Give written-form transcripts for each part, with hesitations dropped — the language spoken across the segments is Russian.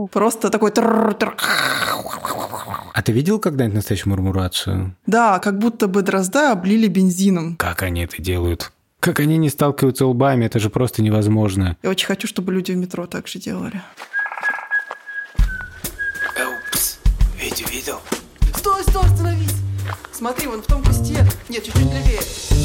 Просто такой... А ты видел когда-нибудь настоящую мурмурацию? Да, как будто бы дрозда облили бензином. Как они это делают? Как они не сталкиваются лбами? Это же просто невозможно. Я очень хочу, чтобы люди в метро так же делали. Упс, Витя видел? Стой, остановись! Смотри, вон в том кусте. Нет, чуть-чуть левее.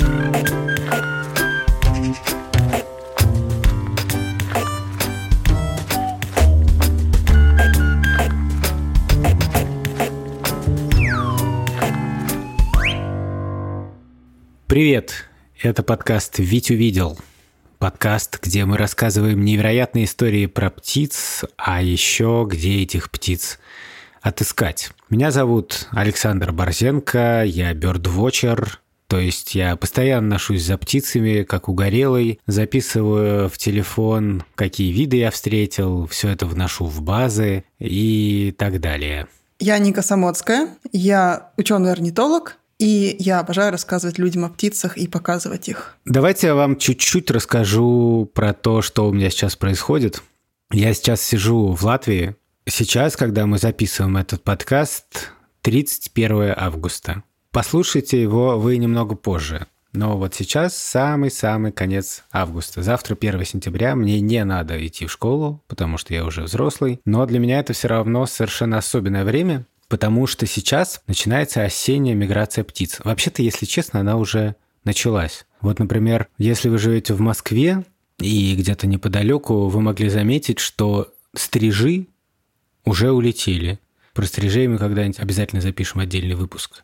Привет, это подкаст «Витю видел». Подкаст, где мы рассказываем невероятные истории про птиц, а еще где этих птиц отыскать. Меня зовут Александр Борзенко, я бёрдвотчер, то есть я постоянно ношусь за птицами, как угорелый, записываю в телефон, какие виды я встретил, все это вношу в базы и так далее. Я Ника Самоцкая, я ученый-орнитолог, и я обожаю рассказывать людям о птицах и показывать их. Давайте я вам чуть-чуть расскажу про то, что у меня сейчас происходит. Я сейчас сижу в Латвии. Сейчас, когда мы записываем этот подкаст, 31 августа. Послушайте его вы немного позже. Но вот сейчас самый-самый конец августа. Завтра 1 сентября, мне не надо идти в школу, потому что я уже взрослый. Но для меня это все равно совершенно особенное время, потому что сейчас начинается осенняя миграция птиц. Вообще-то, если честно, она уже началась. Вот, например, если вы живете в Москве и где-то неподалеку, вы могли заметить, что стрижи уже улетели. Про стрижей мы когда-нибудь обязательно запишем отдельный выпуск.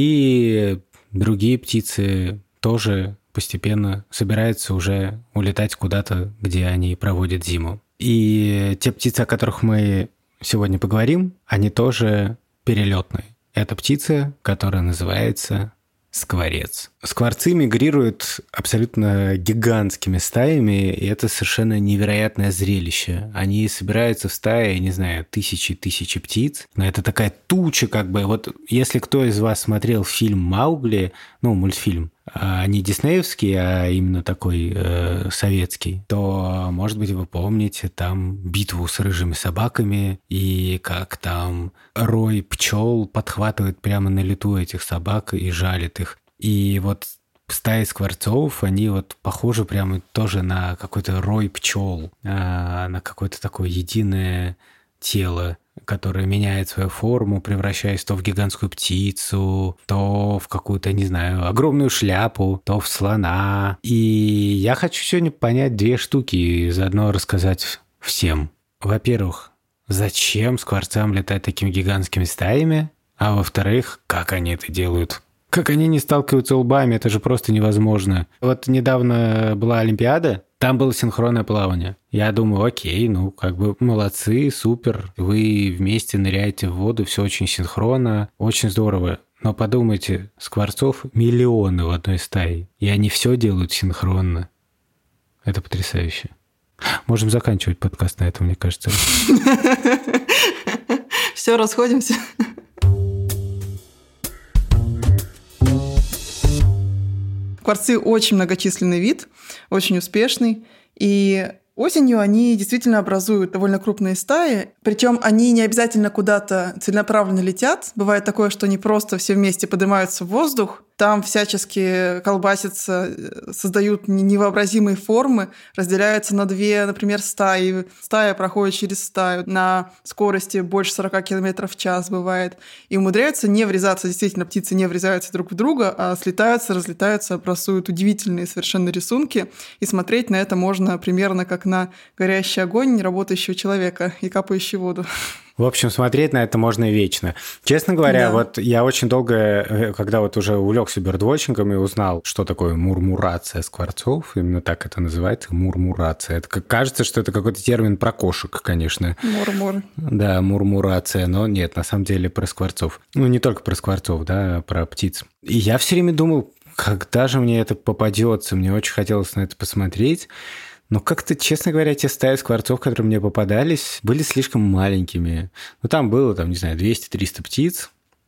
И другие птицы тоже постепенно собираются уже улетать куда-то, где они проводят зиму. И те птицы, о которых мы сегодня поговорим, они тоже перелетные. Это птица, которая называется скворец. Скворцы мигрируют абсолютно гигантскими стаями, и это совершенно невероятное зрелище. Они собираются в стаи, не знаю, тысячи птиц. Но это такая туча, как бы. Вот если кто из вас смотрел фильм «Маугли», ну, мультфильм, не диснеевский, а именно такой советский, то, может быть, вы помните там битву с рыжими собаками и как там рой пчел подхватывает прямо на лету этих собак и жалит их. И вот стаи скворцов, они вот похожи прямо тоже на какой-то рой пчел, на какое-то такое единое тело, которая меняет свою форму, превращаясь то в гигантскую птицу, то в какую-то, не знаю, огромную шляпу, то в слона. И я хочу сегодня понять две штуки и заодно рассказать всем. Во-первых, зачем скворцам летать такими гигантскими стаями? А во-вторых, как они это делают? Как они не сталкиваются лбами, это же просто невозможно. Вот недавно была Олимпиада, там было синхронное плавание. Я думаю, окей, ну как бы молодцы, супер. Вы вместе ныряете в воду, все очень синхронно, очень здорово. Но подумайте, скворцов миллионы в одной стае, и они все делают синхронно. Это потрясающе. Можем заканчивать подкаст на этом, мне кажется. Все, расходимся. Скворцы очень многочисленный вид, очень успешный, и осенью они действительно образуют довольно крупные стаи, причем они не обязательно куда-то целенаправленно летят. Бывает такое, что они просто все вместе поднимаются в воздух, там всячески колбасятся, создают невообразимые формы, разделяются на две, например, стаи. Стая проходит через стаю на скорости больше 40 км в час бывает. И умудряются не врезаться, действительно, птицы не врезаются друг в друга, а слетаются, разлетаются, образуют удивительные совершенно рисунки. И смотреть на это можно примерно как на горящий огонь неработающего человека и капающий воду. В общем, смотреть на это можно вечно. Честно говоря, да. Вот я очень долго, когда вот уже увлекся бёрдвотчингом и узнал, что такое мурмурация скворцов, именно так это называется, мурмурация. Это кажется, что это какой-то термин про кошек, конечно. Мур-мур. Да, мурмурация, но нет, на самом деле про скворцов. Ну, не только про скворцов, да, а про птиц. И я все время думал, когда же мне это попадется, мне очень хотелось на это посмотреть. Но как-то, честно говоря, те стаи скворцов, которые мне попадались, были слишком маленькими. Ну, там было, не знаю, 200-300 птиц.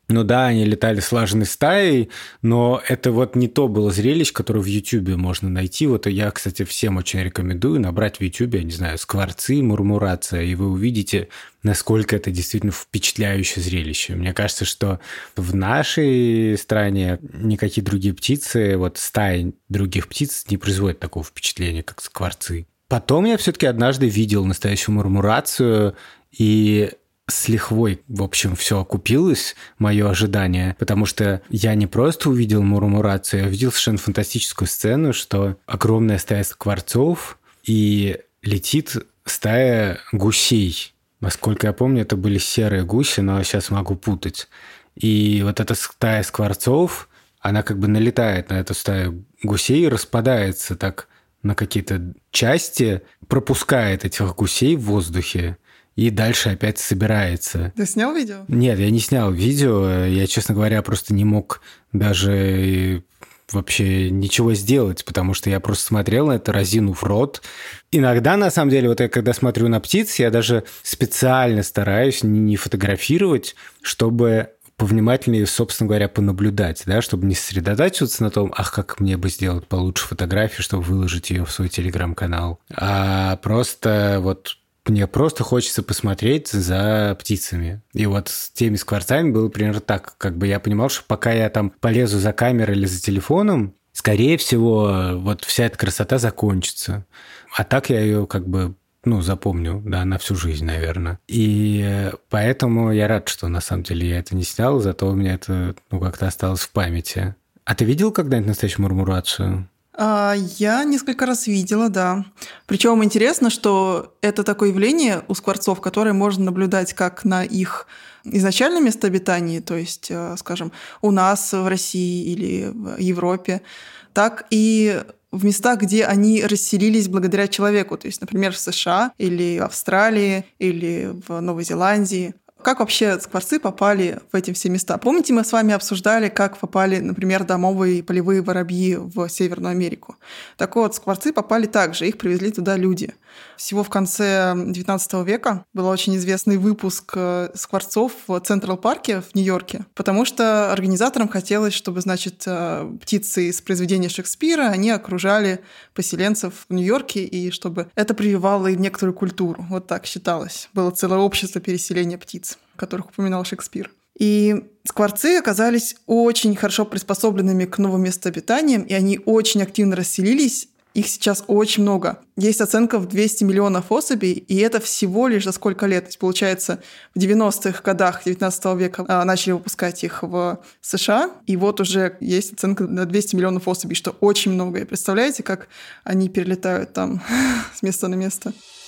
Ну да, они летали слаженной стаей, но это вот не то было зрелище, которое в Ютубе можно найти. Вот я, кстати, всем очень рекомендую набрать в Ютубе, я не знаю, скворцы, мурмурация, и вы увидите, насколько это действительно впечатляющее зрелище. Мне кажется, что в нашей стране никакие другие птицы, вот стаи других птиц не производят такого впечатления, как скворцы. Потом я все-таки однажды видел настоящую мурмурацию, и с лихвой, в общем, все окупилось, мое ожидание, потому что я не просто увидел мурмурацию, я увидел совершенно фантастическую сцену, что огромная стая скворцов, и летит стая гусей. Насколько я помню, это были серые гуси, но сейчас могу путать. И вот эта стая скворцов, она как бы налетает на эту стаю гусей и распадается так на какие-то части, пропускает этих гусей в воздухе, и дальше опять собирается. Ты снял видео? Нет, я не снял видео. Я, честно говоря, просто не мог даже вообще ничего сделать, потому что я просто смотрел на это, разинув рот. Иногда, на самом деле, вот я когда смотрю на птиц, я даже специально стараюсь не фотографировать, чтобы повнимательнее, собственно говоря, понаблюдать, да, чтобы не сосредотачиваться на том, как мне бы сделать получше фотографию, чтобы выложить ее в свой телеграм-канал, а просто вот мне просто хочется посмотреть за птицами. И вот с теми скворцами было примерно так. Как бы я понимал, что пока я там полезу за камерой или за телефоном, скорее всего, вот вся эта красота закончится. А так я ее как бы, запомню, да, на всю жизнь, наверное. И поэтому я рад, что на самом деле я это не снял, зато у меня это, как-то осталось в памяти. А ты видел когда-нибудь настоящую мурмурацию? Я несколько раз видела, да. Причем интересно, что это такое явление у скворцов, которое можно наблюдать как на их изначальном месте обитания, то есть, скажем, у нас в России или в Европе, так и в местах, где они расселились благодаря человеку, то есть, например, в США или в Австралии или в Новой Зеландии. Как вообще скворцы попали в эти все места? Помните, мы с вами обсуждали, как попали, например, домовые полевые воробьи в Северную Америку? Так вот, скворцы попали также, их привезли туда люди. Всего в конце XIX века был очень известный выпуск скворцов в Централ-парке в Нью-Йорке, потому что организаторам хотелось, чтобы, значит, птицы из произведения Шекспира, они окружали поселенцев в Нью-Йорке, и чтобы это прививало им некоторую культуру. Вот так считалось. Было целое общество переселения птиц, которых упоминал Шекспир. И скворцы оказались очень хорошо приспособленными к новым местообитаниям, и они очень активно расселились. Их сейчас очень много. Есть оценка в 200 миллионов особей, и это всего лишь за сколько лет? То есть, получается, в 90-х годах 19 века начали выпускать их в США, и вот уже есть оценка на 200 миллионов особей, что очень много. И представляете, как они перелетают там с места на место?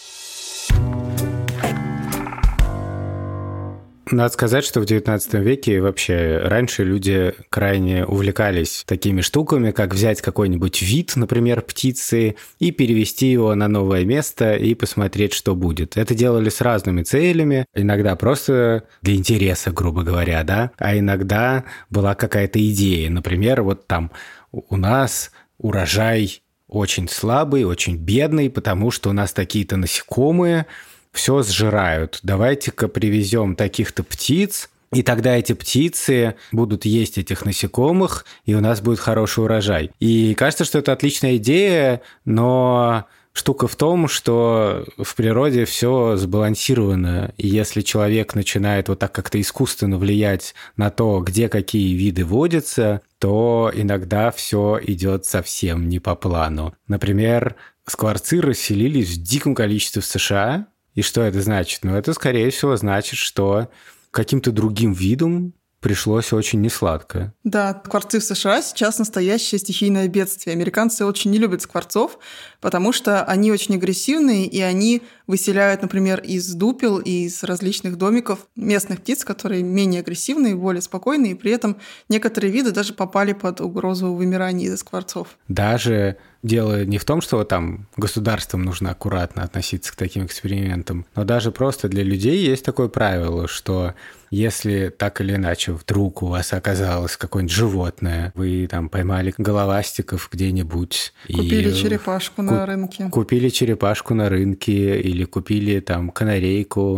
Надо сказать, что в XIX веке вообще раньше люди крайне увлекались такими штуками, как взять какой-нибудь вид, например, птицы, и перевести его на новое место и посмотреть, что будет. Это делали с разными целями, иногда просто для интереса, грубо говоря, да, а иногда была какая-то идея. Например, вот там у нас урожай очень слабый, очень бедный, потому что у нас такие-то насекомые все сжирают. Давайте-ка привезем таких-то птиц, и тогда эти птицы будут есть этих насекомых, и у нас будет хороший урожай. И кажется, что это отличная идея, но штука в том, что в природе все сбалансировано, и если человек начинает вот так как-то искусственно влиять на то, где какие виды водятся, то иногда все идет совсем не по плану. Например, скворцы расселились в диком количестве в США. И что это значит? Это, скорее всего, значит, что каким-то другим видом пришлось очень несладко. Да, скворцы в США сейчас настоящее стихийное бедствие. Американцы очень не любят скворцов, потому что они очень агрессивные, и они выселяют, например, из дупел и из различных домиков местных птиц, которые менее агрессивные, более спокойные, и при этом некоторые виды даже попали под угрозу вымирания из-за скворцов. Даже дело не в том, что там государствам нужно аккуратно относиться к таким экспериментам, но даже просто для людей есть такое правило, что если так или иначе вдруг у вас оказалось какое-нибудь животное, вы там поймали головастиков где-нибудь. Купили черепашку на рынке. Купили черепашку на рынке или купили там канарейку,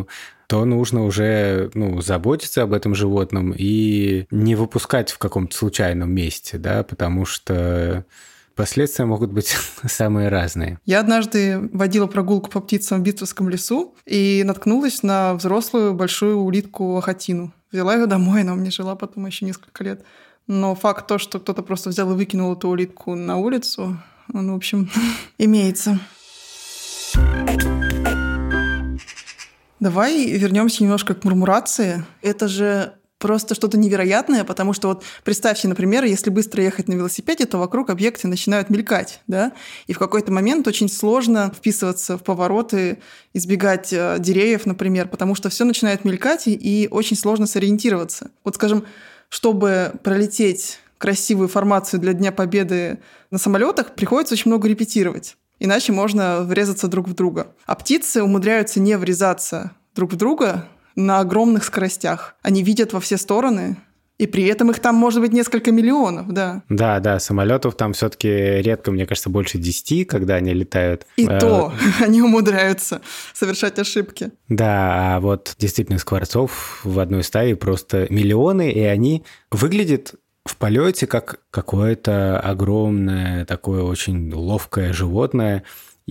то нужно уже заботиться об этом животном и не выпускать в каком-то случайном месте, да, потому что последствия могут быть самые разные. Я однажды водила прогулку по птицам в Битцевском лесу и наткнулась на взрослую большую улитку-ахатину. Взяла ее домой, она у меня жила потом еще несколько лет. Но факт то, что кто-то просто взял и выкинул эту улитку на улицу, он, в общем, имеется. Давай вернемся немножко к мурмурации. Это же просто что-то невероятное, потому что вот представьте, например, если быстро ехать на велосипеде, то вокруг объекты начинают мелькать, да, и в какой-то момент очень сложно вписываться в повороты, избегать деревьев, например, потому что все начинает мелькать, и очень сложно сориентироваться. Вот, скажем, чтобы пролететь красивую формацию для Дня Победы на самолетах, приходится очень много репетировать. Иначе можно врезаться друг в друга. А птицы умудряются не врезаться друг в друга на огромных скоростях. Они видят во все стороны, и при этом их там может быть несколько миллионов, да. Да, самолетов там все-таки редко, мне кажется, больше 10, когда они летают. И то они умудряются совершать ошибки. Да, а вот действительно скворцов в одной стае просто миллионы, и они выглядят в полете как какое-то огромное, такое очень ловкое животное.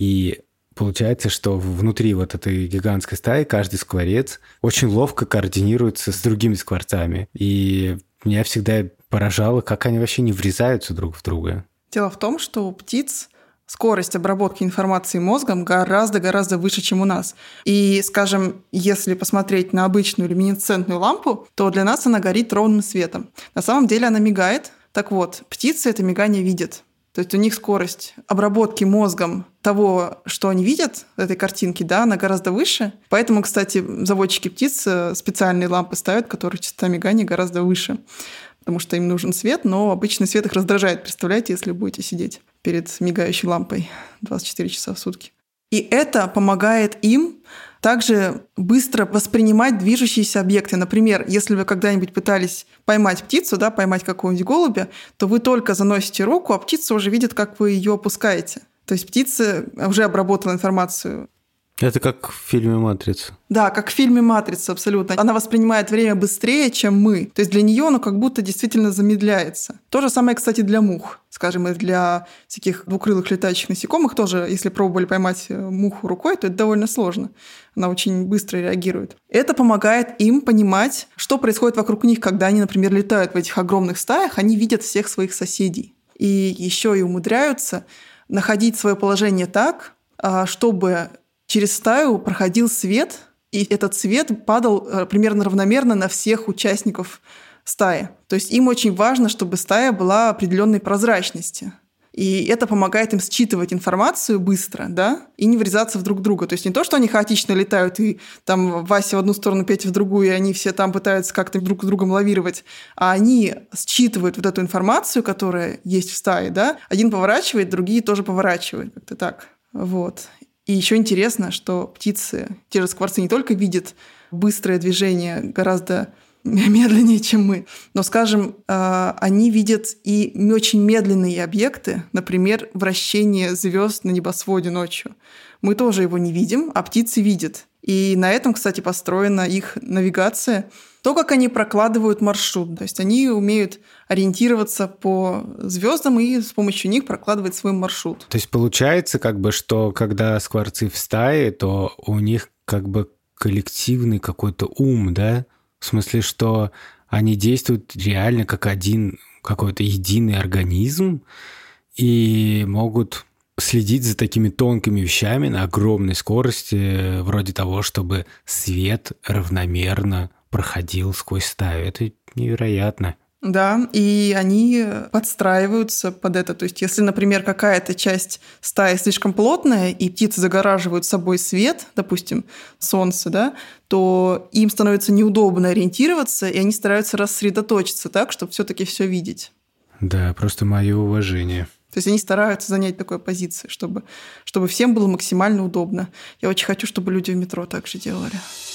И получается, что внутри вот этой гигантской стаи каждый скворец очень ловко координируется с другими скворцами. И меня всегда поражало, как они вообще не врезаются друг в друга. Дело в том, что у птиц скорость обработки информации мозгом гораздо-гораздо выше, чем у нас. И, скажем, если посмотреть на обычную люминесцентную лампу, то для нас она горит ровным светом. На самом деле она мигает. Так вот, птицы это мигание видят. То есть у них скорость обработки мозгом того, что они видят, этой картинки, да, она гораздо выше. Поэтому, кстати, заводчики птиц специальные лампы ставят, которые частота мигания гораздо выше. Потому что им нужен свет, но обычный свет их раздражает. Представляете, если будете сидеть перед мигающей лампой 24 часа в сутки. И это помогает им также быстро воспринимать движущиеся объекты. Например, если вы когда-нибудь пытались поймать птицу, да, поймать какого-нибудь голубя, то вы только заносите руку, а птица уже видит, как вы ее опускаете. То есть птица уже обработала информацию. Это как в фильме «Матрица». Да, как в фильме «Матрица», абсолютно. Она воспринимает время быстрее, чем мы. То есть для нее оно как будто действительно замедляется. То же самое, кстати, для мух. Скажем, и для всяких двукрылых летающих насекомых тоже, если пробовали поймать муху рукой, то это довольно сложно. Она очень быстро реагирует. Это помогает им понимать, что происходит вокруг них, когда они, например, летают в этих огромных стаях, они видят всех своих соседей. И еще и умудряются находить свое положение так, чтобы через стаю проходил свет, и этот свет падал примерно равномерно на всех участников стаи. То есть им очень важно, чтобы стая была определенной прозрачности. И это помогает им считывать информацию быстро, да, и не врезаться в друг друга. То есть не то, что они хаотично летают, и там Вася в одну сторону, Петя в другую, и они все там пытаются как-то друг с другом лавировать, а они считывают вот эту информацию, которая есть в стае, да. Один поворачивает, другие тоже поворачивают. Как-то так. Вот. И еще интересно, что птицы, те же скворцы, не только видят быстрое движение гораздо медленнее, чем мы, но, скажем, они видят и очень медленные объекты, например, вращение звезд на небосводе ночью. Мы тоже его не видим, а птицы видят. И на этом, кстати, построена их навигация. То, как они прокладывают маршрут. То есть они умеют ориентироваться по звездам и с помощью них прокладывать свой маршрут. То есть получается, что когда скворцы в стае, то у них коллективный какой-то ум, да? В смысле, что они действуют реально как один какой-то единый организм и могут следить за такими тонкими вещами на огромной скорости, вроде того, чтобы свет равномерно проходил сквозь стаю. Это невероятно. Да, и они подстраиваются под это. То есть если, например, какая-то часть стаи слишком плотная, и птицы загораживают собой свет, допустим, солнце, да, то им становится неудобно ориентироваться, и они стараются рассредоточиться так, чтобы все-таки все видеть. Да, просто мое уважение. То есть они стараются занять такую позицию, чтобы всем было максимально удобно. Я очень хочу, чтобы люди в метро так же делали.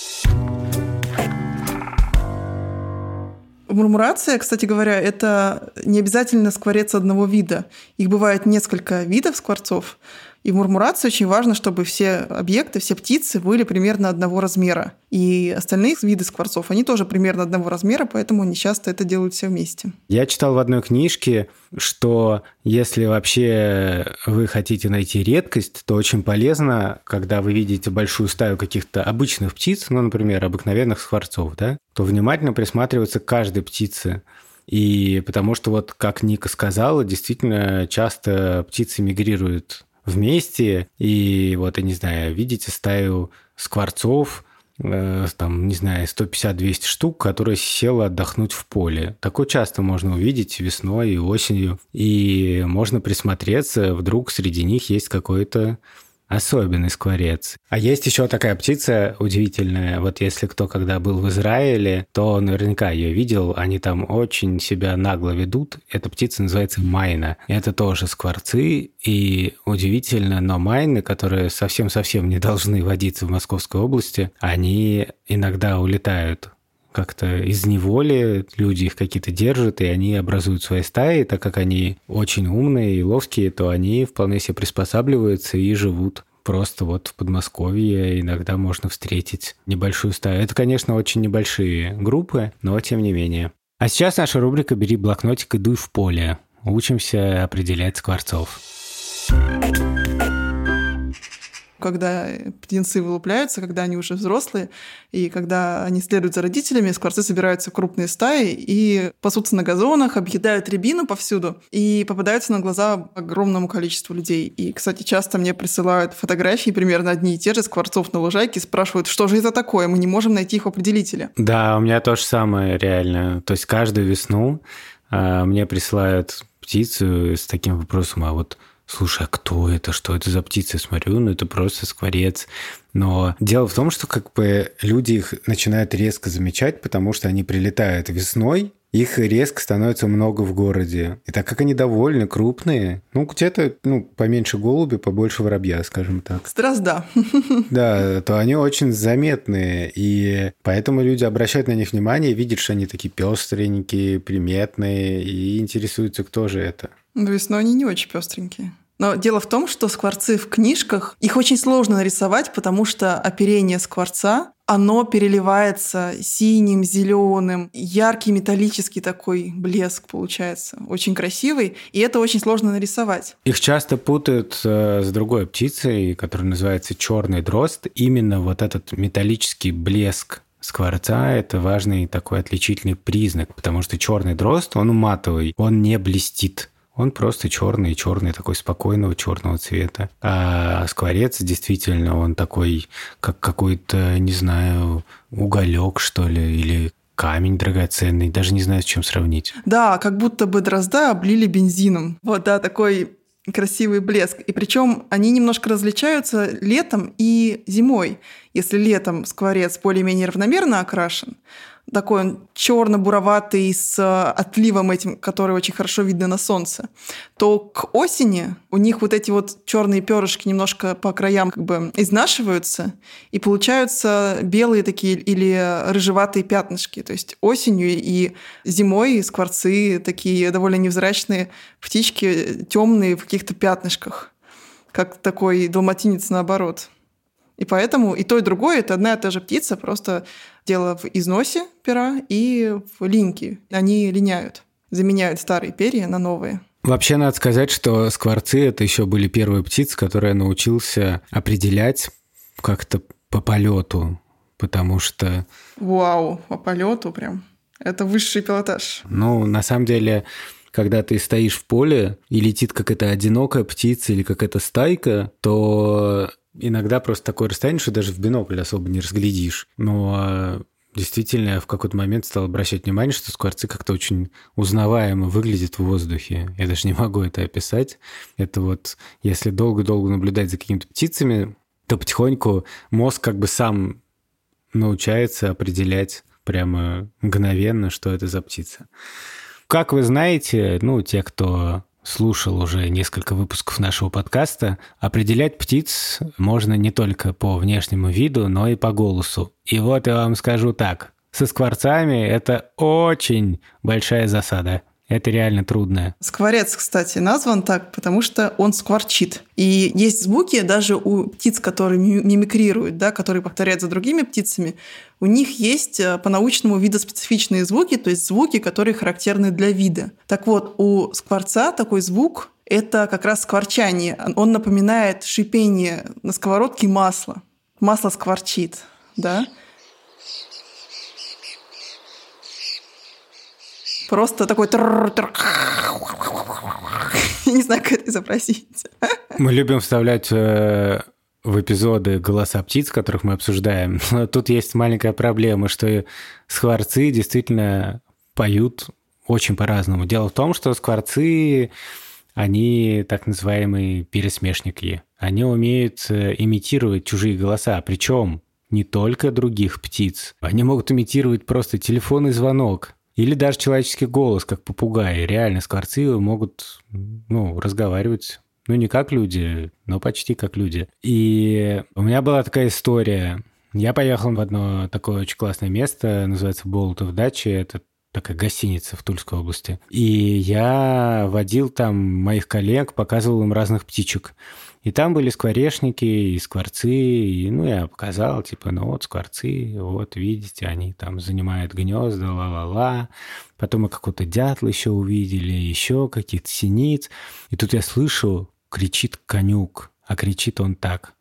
Мурмурация, кстати говоря, это не обязательно скворец одного вида. Их бывает несколько видов скворцов. И в мурмурации очень важно, чтобы все объекты, все птицы были примерно одного размера. И остальные виды скворцов, они тоже примерно одного размера, поэтому они часто это делают все вместе. Я читал в одной книжке, что если вообще вы хотите найти редкость, то очень полезно, когда вы видите большую стаю каких-то обычных птиц, ну, например, обыкновенных скворцов, да, то внимательно присматриваться к каждой птице. И потому что, вот как Ника сказала, действительно часто птицы мигрируют вместе, и вот, я не знаю, видите стаю скворцов, там, не знаю, 150-200 штук, которая села отдохнуть в поле. Такое часто можно увидеть весной и осенью, и можно присмотреться, вдруг среди них есть какой-то особенный скворец. А есть еще такая птица удивительная. Вот если кто когда был в Израиле, то наверняка ее видел. Они там очень себя нагло ведут. Эта птица называется майна. Это тоже скворцы. И удивительно, но майны, которые совсем-совсем не должны водиться в Московской области, они иногда улетают как-то из неволи, люди их какие-то держат, и они образуют свои стаи, так как они очень умные и ловкие, то они вполне себе приспосабливаются и живут. Просто вот в Подмосковье иногда можно встретить небольшую стаю. Это, конечно, очень небольшие группы, но тем не менее. А сейчас наша рубрика «Бери блокнотик и дуй в поле». Учимся определять скворцов. Когда птенцы вылупляются, когда они уже взрослые, и когда они следуют за родителями, скворцы собираются в крупные стаи и пасутся на газонах, объедают рябину повсюду и попадаются на глаза огромному количеству людей. И, кстати, часто мне присылают фотографии примерно одни и те же скворцов на лужайке, спрашивают, что же это такое, мы не можем найти их в определителе. Да, у меня то же самое реально. То есть каждую весну мне присылают птицу с таким вопросом, а вот слушай, а кто это? Что это за птица? Смотрю, ну это просто скворец. Но дело в том, что как бы люди их начинают резко замечать, потому что они прилетают весной, их резко становится много в городе. И так как они довольно крупные, ну где-то поменьше голуби, побольше воробья, скажем так. Стразда. Да, то они очень заметные, и поэтому люди обращают на них внимание, видят, что они такие пестренькие, приметные, и интересуются, кто же это. Но весной они не очень пестренькие. Но дело в том, что скворцы в книжках, их очень сложно нарисовать, потому что оперение скворца, оно переливается синим, зеленым, яркий металлический такой блеск получается, очень красивый, и это очень сложно нарисовать. Их часто путают с другой птицей, которая называется черный дрозд. Именно вот этот металлический блеск скворца – это важный такой отличительный признак, потому что черный дрозд, он матовый, он не блестит. Он просто черный, такой спокойного черного цвета. А скворец действительно, он такой, как какой-то, не знаю, уголек, что ли, или камень драгоценный. Даже не знаю, с чем сравнить. Да, как будто бы дрозда облили бензином. Вот, да, такой красивый блеск. И причем они немножко различаются летом и зимой. Если летом скворец более-менее равномерно окрашен, такой он черно-буроватый с отливом этим, который очень хорошо видно на солнце, то к осени у них вот эти вот черные перышки немножко по краям как бы изнашиваются, и получаются белые такие или рыжеватые пятнышки. То есть осенью и зимой скворцы такие довольно невзрачные птички, темные в каких-то пятнышках, как такой далматинец наоборот. И поэтому и то, и другое – это одна и та же птица, просто дело в износе пера и в линьке. Они линяют, заменяют старые перья на новые. Вообще, надо сказать, что скворцы – это еще были первые птицы, которые я научился определять как-то по полету, потому что… Вау, по полету прям. Это высший пилотаж. Ну, на самом деле… Когда ты стоишь в поле и летит какая-то одинокая птица или какая-то стайка, то иногда просто такое расстояние, что даже в бинокль особо не разглядишь. Но действительно я в какой-то момент стал обращать внимание, что скворцы как-то очень узнаваемо выглядят в воздухе. Я даже не могу это описать. Это вот если долго-долго наблюдать за какими-то птицами, то потихоньку мозг как бы сам научается определять прямо мгновенно, что это за птица. Как вы знаете, те, кто слушал уже несколько выпусков нашего подкаста, определять птиц можно не только по внешнему виду, но и по голосу. И вот я вам скажу так, со скворцами это очень большая засада. Это реально трудно. Скворец, кстати, назван так, потому что он скворчит. И есть звуки даже у птиц, которые мимикрируют, да, которые повторяют за другими птицами. У них есть по-научному видоспецифичные звуки, то есть звуки, которые характерны для вида. Так вот, у скворца такой звук – это как раз скворчание. Он напоминает шипение на сковородке масла. Масло скворчит, да? Просто такой... Я не знаю, как это изобразить. Мы любим вставлять в эпизоды голоса птиц, которых мы обсуждаем. Но тут есть маленькая проблема, что скворцы действительно поют очень по-разному. Дело в том, что скворцы, они так называемые пересмешники. Они умеют имитировать чужие голоса, причем не только других птиц. Они могут имитировать просто телефонный звонок. Или даже человеческий голос, как попугаи. Реально, скворцы могут разговаривать, не как люди, но почти как люди. И у меня была такая история. Я поехал в одно такое очень классное место, называется Болотов Дача. Это такая гостиница в Тульской области. И я водил там моих коллег, показывал им разных птичек. И там были скворечники и скворцы, и, я показал, скворцы, вот, видите, они там занимают гнезда, ла-ла-ла. Потом мы какого-то дятла еще увидели, еще каких-то синиц. И тут я слышу, кричит конюк, а кричит он так.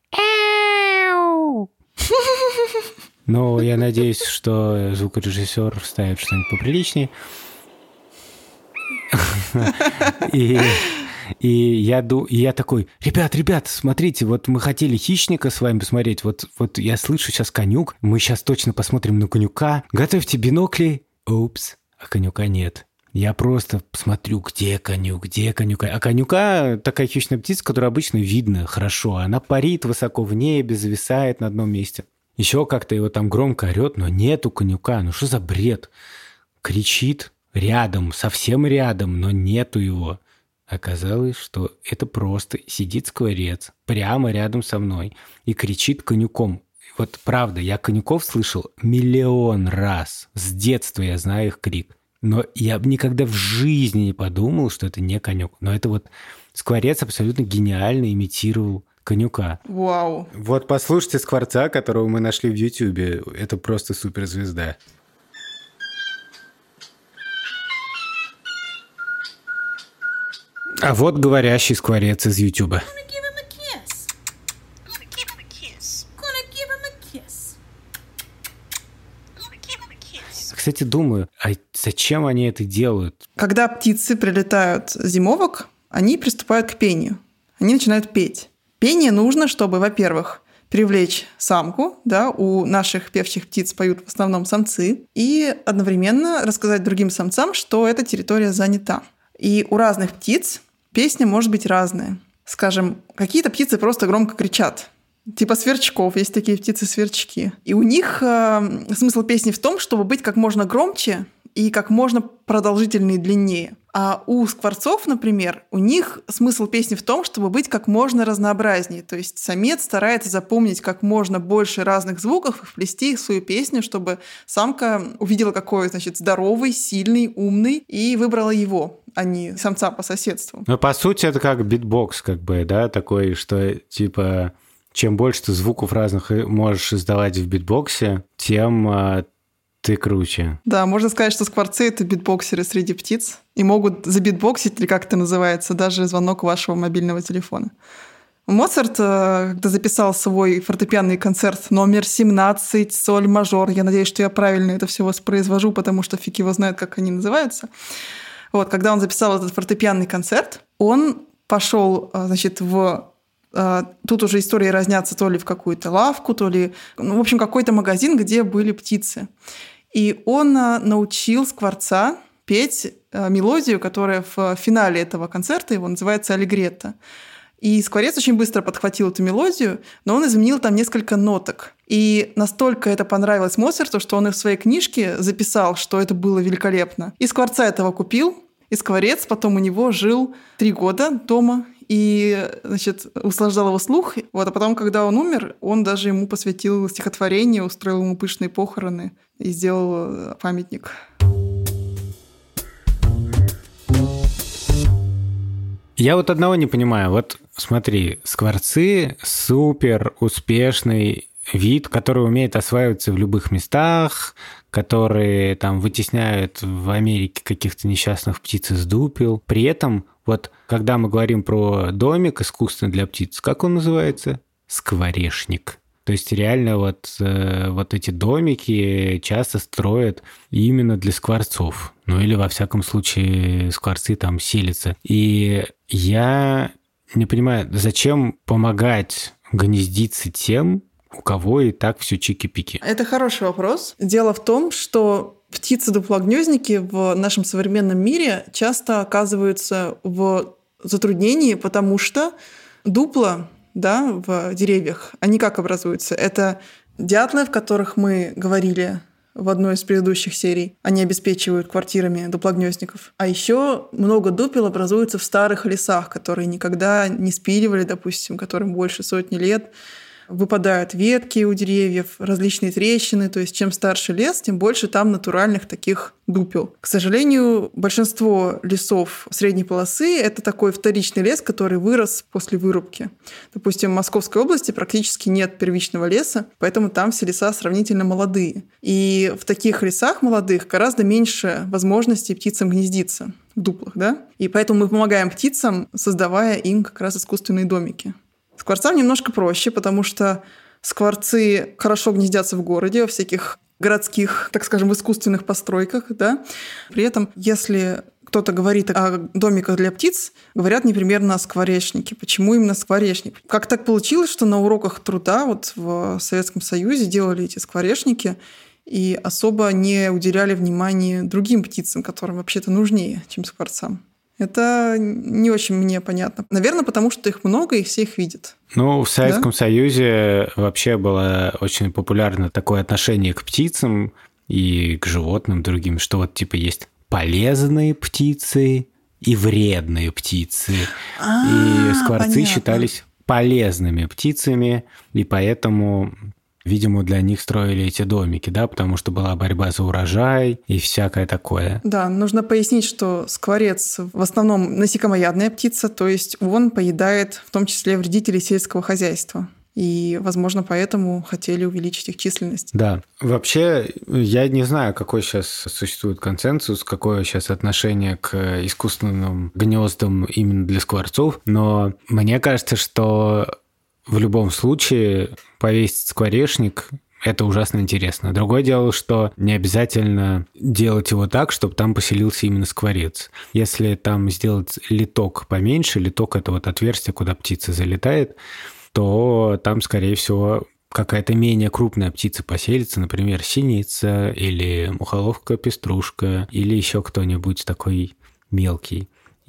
Но я надеюсь, что звукорежиссер вставит что-нибудь поприличнее. И я такой, ребят, смотрите, вот мы хотели хищника с вами посмотреть, вот я слышу сейчас конюк, мы сейчас точно посмотрим на конюка, готовьте бинокли. Упс, а конюка нет. Я просто смотрю, где конюк. А конюка такая хищная птица, которую обычно видно хорошо. Она парит высоко в небе, зависает на одном месте. Еще как-то его там громко орет, но нету конюка. Что за бред? Кричит рядом, совсем рядом, но нету его. Оказалось, что это просто сидит скворец прямо рядом со мной и кричит конюком. Вот правда, я конюков слышал миллион раз. С детства я знаю их крик. Но я бы никогда в жизни не подумал, что это не конюк. Но это вот скворец абсолютно гениально имитировал конюка. Вау. Вот послушайте скворца, которого мы нашли в Ютьюбе. Это просто суперзвезда. А вот говорящий скворец из Ютуба. Кстати, думаю, а зачем они это делают? Когда птицы прилетают с зимовок, они приступают к пению. Они начинают петь. Пение нужно, чтобы, во-первых, привлечь самку, да, у наших певчих птиц поют в основном самцы, и одновременно рассказать другим самцам, что эта территория занята. И у разных птиц песня может быть разная. Скажем, какие-то птицы просто громко кричат. Типа сверчков, есть такие птицы-сверчки. И у них смысл песни в том, чтобы быть как можно громче и как можно продолжительнее и длиннее. А у скворцов, например, у них смысл песни в том, чтобы быть как можно разнообразнее. То есть самец старается запомнить как можно больше разных звуков и вплести их в свою песню, чтобы самка увидела, какой, здоровый, сильный, умный, и выбрала его, а не самца по соседству. Ну, по сути, это как битбокс, такой, что, чем больше ты звуков разных можешь издавать в битбоксе, тем ты круче. Да, можно сказать, что скворцы — это битбоксеры среди птиц и могут забитбоксить, или как это называется, даже звонок вашего мобильного телефона. Моцарт, когда записал свой фортепианный концерт номер 17, соль мажор, я надеюсь, что я правильно это все воспроизвожу, потому что фиг его знает, как они называются. Вот, когда он записал этот фортепианный концерт, он пошел, тут уже истории разнятся то ли в какую-то лавку, то ли... в общем, какой-то магазин, где были птицы. И он научил скворца петь мелодию, которая в финале этого концерта, его называется «Аллегретто». И скворец очень быстро подхватил эту мелодию, но он изменил там несколько ноток. И настолько это понравилось Моцарту, что он и в своей книжке записал, что это было великолепно. И скворца этого купил, и скворец потом у него жил 3 года дома и, услаждал его слух. Вот, а потом, когда он умер, он даже ему посвятил стихотворение, устроил ему пышные похороны и сделал памятник. Я вот одного не понимаю. Вот смотри, скворцы супер успешный вид, который умеет осваиваться в любых местах, которые там вытесняют в Америке каких-то несчастных птиц из дупел. При этом, вот когда мы говорим про домик искусственный для птиц, как он называется? Скворечник. То есть реально вот эти домики часто строят именно для скворцов. Ну или во всяком случае скворцы там селятся. И я не понимаю, зачем помогать гнездиться тем, у кого и так все чики-пики? Это хороший вопрос. Дело в том, что птицы-дуплогнездники в нашем современном мире часто оказываются в затруднении, потому что дупла, да, в деревьях, они как образуются? Это дятлы, в которых мы говорили в одной из предыдущих серий. Они обеспечивают квартирами дуплогнездников. А еще много дупел образуется в старых лесах, которые никогда не спиливали, допустим, которым больше сотни лет. Выпадают ветки у деревьев, различные трещины. То есть чем старше лес, тем больше там натуральных таких дупел. К сожалению, большинство лесов средней полосы — это такой вторичный лес, который вырос после вырубки. Допустим, в Московской области практически нет первичного леса, поэтому там все леса сравнительно молодые. И в таких лесах молодых гораздо меньше возможностей птицам гнездиться в дуплах, да? И поэтому мы помогаем птицам, создавая им как раз искусственные домики. Скворцам немножко проще, потому что скворцы хорошо гнездятся в городе, во всяких городских, так скажем, искусственных постройках, да. При этом, если кто-то говорит о домиках для птиц, говорят непременно о скворечнике. Почему именно скворечник? Как так получилось, что на уроках труда вот в Советском Союзе делали эти скворечники и особо не уделяли внимания другим птицам, которым вообще-то нужнее, чем скворцам? Это не очень мне понятно. Наверное, потому что их много, и все их видят. Ну, в Советском Союзе вообще было очень популярно такое отношение к птицам и к животным другим, что вот типа есть полезные птицы и вредные птицы. И скворцы считались полезными птицами, и поэтому... Видимо, для них строили эти домики, да, потому что была борьба за урожай и всякое такое. Да, нужно пояснить, что скворец в основном насекомоядная птица, то есть он поедает в том числе вредителей сельского хозяйства. И, возможно, поэтому хотели увеличить их численность. Да. Вообще, я не знаю, какой сейчас существует консенсус, какое сейчас отношение к искусственным гнездам именно для скворцов, но мне кажется, что в любом случае повесить скворечник – это ужасно интересно. Другое дело, что не обязательно делать его так, чтобы там поселился именно скворец. Если там сделать литок поменьше, литок – это вот отверстие, куда птица залетает, то там, скорее всего, какая-то менее крупная птица поселится, например, синица или мухоловка-пеструшка или еще кто-нибудь такой мелкий.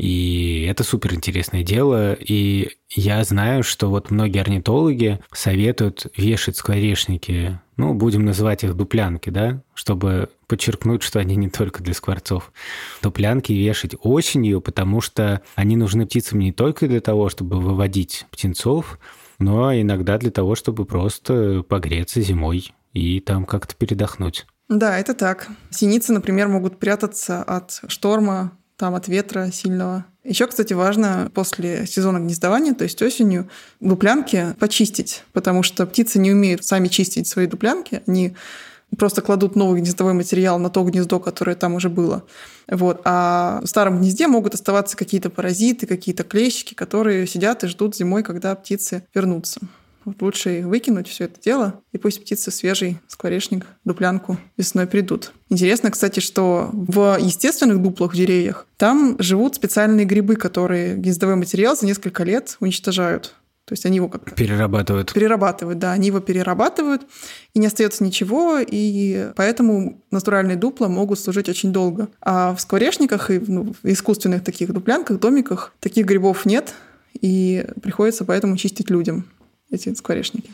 И это суперинтересное дело, и я знаю, что вот многие орнитологи советуют вешать скворечники, ну, будем называть их дуплянки, да, чтобы подчеркнуть, что они не только для скворцов. Дуплянки вешать осенью, потому что они нужны птицам не только для того, чтобы выводить птенцов, но иногда для того, чтобы просто погреться зимой и там как-то передохнуть. Да, это так. Синицы, например, могут прятаться от шторма, там от ветра сильного. Еще, кстати, важно после сезона гнездования, то есть осенью, дуплянки почистить, потому что птицы не умеют сами чистить свои дуплянки, они просто кладут новый гнездовой материал на то гнездо, которое там уже было. Вот. А в старом гнезде могут оставаться какие-то паразиты, какие-то клещики, которые сидят и ждут зимой, когда птицы вернутся. Вот лучше их выкинуть, все это дело, и пусть птицы свежий скворечник, дуплянку весной придут. Интересно, кстати, что в естественных дуплах в деревьях там живут специальные грибы, которые гнездовой материал за несколько лет уничтожают. То есть они его как-то... Перерабатывают, да. Они его перерабатывают, и не остается ничего, и поэтому натуральные дупла могут служить очень долго. А в скворечниках и в искусственных таких дуплянках, домиках таких грибов нет, и приходится поэтому чистить людям эти скворечники.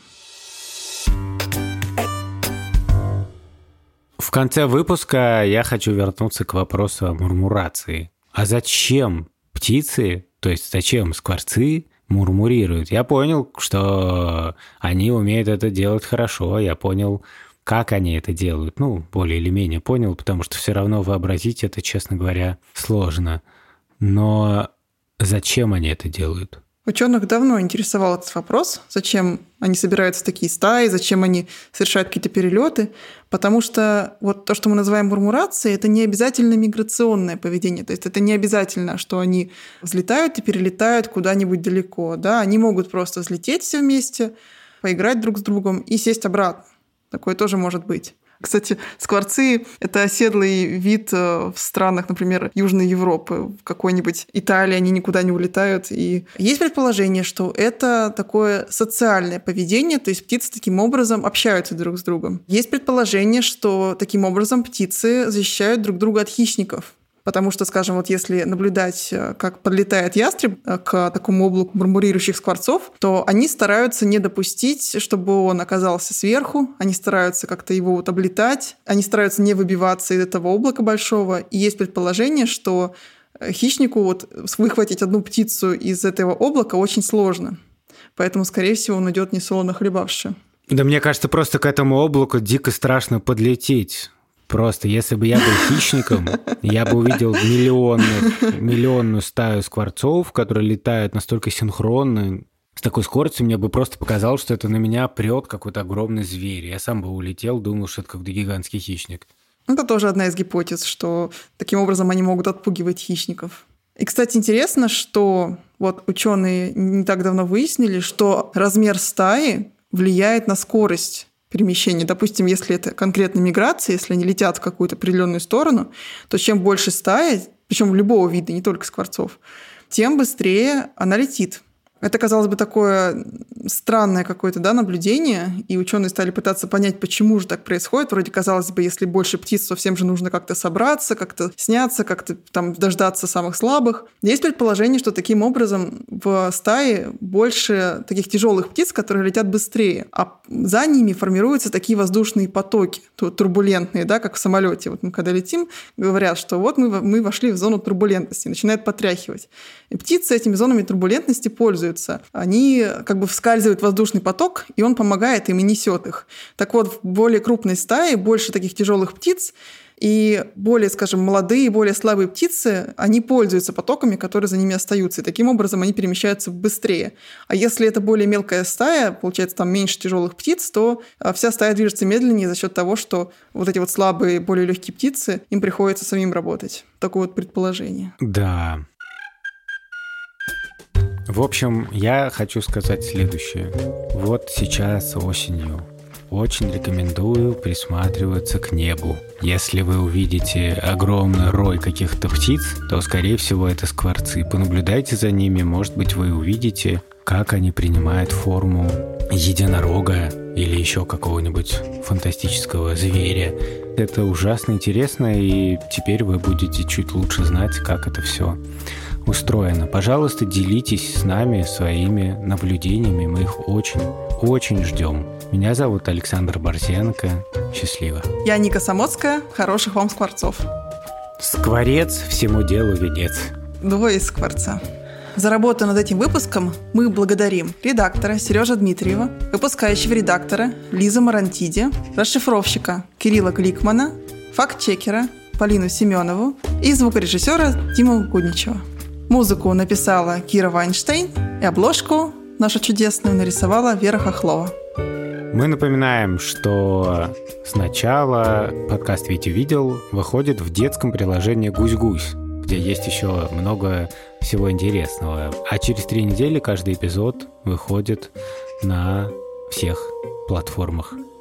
В конце выпуска я хочу вернуться к вопросу о мурмурации. А зачем птицы, то есть зачем скворцы мурмурируют? Я понял, что они умеют это делать хорошо, я понял, как они это делают. Ну, более или менее понял, потому что все равно вообразить это, честно говоря, сложно. Но Зачем они это делают? Ученых давно интересовал этот вопрос, зачем они собираются в такие стаи, зачем они совершают какие-то перелеты, потому что вот то, что мы называем мурмурацией, это не обязательно миграционное поведение, то есть это не обязательно, что они взлетают и перелетают куда-нибудь далеко, да, они могут просто взлететь все вместе, поиграть друг с другом и сесть обратно. Такое тоже может быть. Кстати, скворцы – это оседлый вид в странах, например, Южной Европы. В какой-нибудь Италии они никуда не улетают. И есть предположение, что это такое социальное поведение, то есть птицы таким образом общаются друг с другом. Есть предположение, что таким образом птицы защищают друг друга от хищников. Потому что, скажем, вот если наблюдать, как подлетает ястреб к такому облаку мурмурирующих скворцов, то они стараются не допустить, чтобы он оказался сверху, они стараются как-то его вот облетать, они стараются не выбиваться из этого облака большого. И есть предположение, что хищнику вот выхватить одну птицу из этого облака очень сложно. Поэтому, скорее всего, он идет несолоно хлебавши. Да мне кажется, просто к этому облаку дико страшно подлететь. Просто если бы я был хищником, я бы увидел миллионную стаю скворцов, которые летают настолько синхронно, с такой скоростью, мне бы просто показалось, что это на меня прет какой-то огромный зверь. Я сам бы улетел, думал, что это какой-то гигантский хищник. Это тоже одна из гипотез, что таким образом они могут отпугивать хищников. И, кстати, интересно, что вот ученые не так давно выяснили, что размер стаи влияет на скорость перемещения. Допустим, если это конкретно миграция, если они летят в какую-то определенную сторону, то чем больше стая, причем любого вида, не только скворцов, тем быстрее она летит. Это, казалось бы, такое странное какое-то наблюдение, и ученые стали пытаться понять, почему же так происходит. Вроде, казалось бы, если больше птиц, то всем же нужно как-то собраться, как-то сняться, как-то там дождаться самых слабых. Есть предположение, что таким образом в стае больше таких тяжелых птиц, которые летят быстрее, а за ними формируются такие воздушные потоки, турбулентные, как в самолете. Вот мы когда летим, говорят, что вот мы вошли в зону турбулентности, начинает потряхивать. И птицы этими зонами турбулентности пользуются. Они как бы вскальзывают воздушный поток, и он помогает им и несет их. Так вот, в более крупной стае больше таких тяжелых птиц, и более, скажем, молодые, более слабые птицы, они пользуются потоками, которые за ними остаются, и таким образом они перемещаются быстрее. А если это более мелкая стая, получается, там меньше тяжелых птиц, то вся стая движется медленнее за счет того, что вот эти вот слабые, более легкие птицы, им приходится самим работать. Такое вот предположение. Да. В общем, я хочу сказать следующее. Вот сейчас осенью очень рекомендую присматриваться к небу. Если вы увидите огромный рой каких-то птиц, то, скорее всего, это скворцы. Понаблюдайте за ними, может быть, вы увидите, как они принимают форму единорога или еще какого-нибудь фантастического зверя. Это ужасно интересно, и теперь вы будете чуть лучше знать, как это все устроено. Пожалуйста, делитесь с нами своими наблюдениями, мы их очень ждем. Меня зовут Александр Борзенко. Счастливо. Я Ника Самоцкая. Хороших вам скворцов. Скворец всему делу венец. Двое из скворца. За работу над этим выпуском мы благодарим редактора Сережу Дмитриева, выпускающего редактора Лизу Марантиди, расшифровщика Кирилла Кликмана, факт-чекера Полину Семенову и звукорежиссера Тиму Кудничева. Музыку написала Кира Вайнштейн, и обложку нашу чудесную нарисовала Вера Хохлова. Мы напоминаем, что сначала подкаст «Витя видел» выходит в детском приложении «Гусь-гусь», где есть еще много всего интересного. А через 3 недели каждый эпизод выходит на всех платформах.